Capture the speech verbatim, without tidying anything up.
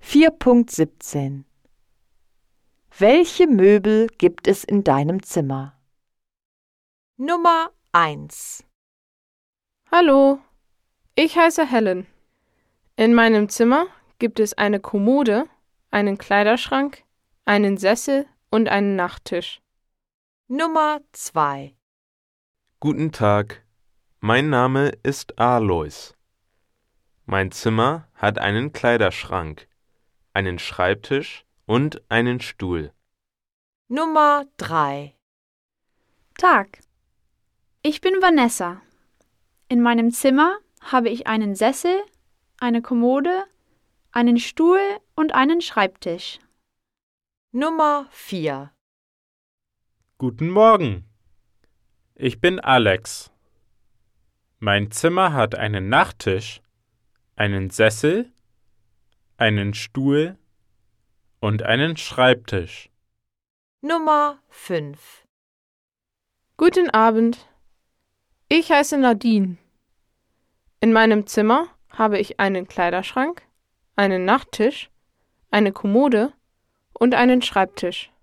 vier Punkt siebzehn. Welche Möbel gibt es in deinem Zimmer? Nummer eins. Hallo, ich heiße Helen. In meinem Zimmer gibt es eine Kommode, einen Kleiderschrank, einen Sessel und einen Nachttisch. Nummer zwei. Guten Tag, mein Name ist Alois. Mein Zimmer hat einen Kleiderschrank, einen Schreibtisch und einen Stuhl. Nummer drei. Tag. Ich bin Vanessa. In meinem Zimmer habe ich einen Sessel, eine Kommode, einen Stuhl und einen Schreibtisch. Nummer vier. Guten Morgen. Ich bin Alex. Mein Zimmer hat einen Nachttisch, einen Sessel, einen Stuhl und einen Schreibtisch. Nummer fünf. Guten Abend. Ich heiße Nadine. In meinem Zimmer habe ich einen Kleiderschrank, einen Nachttisch, eine Kommode und einen Schreibtisch.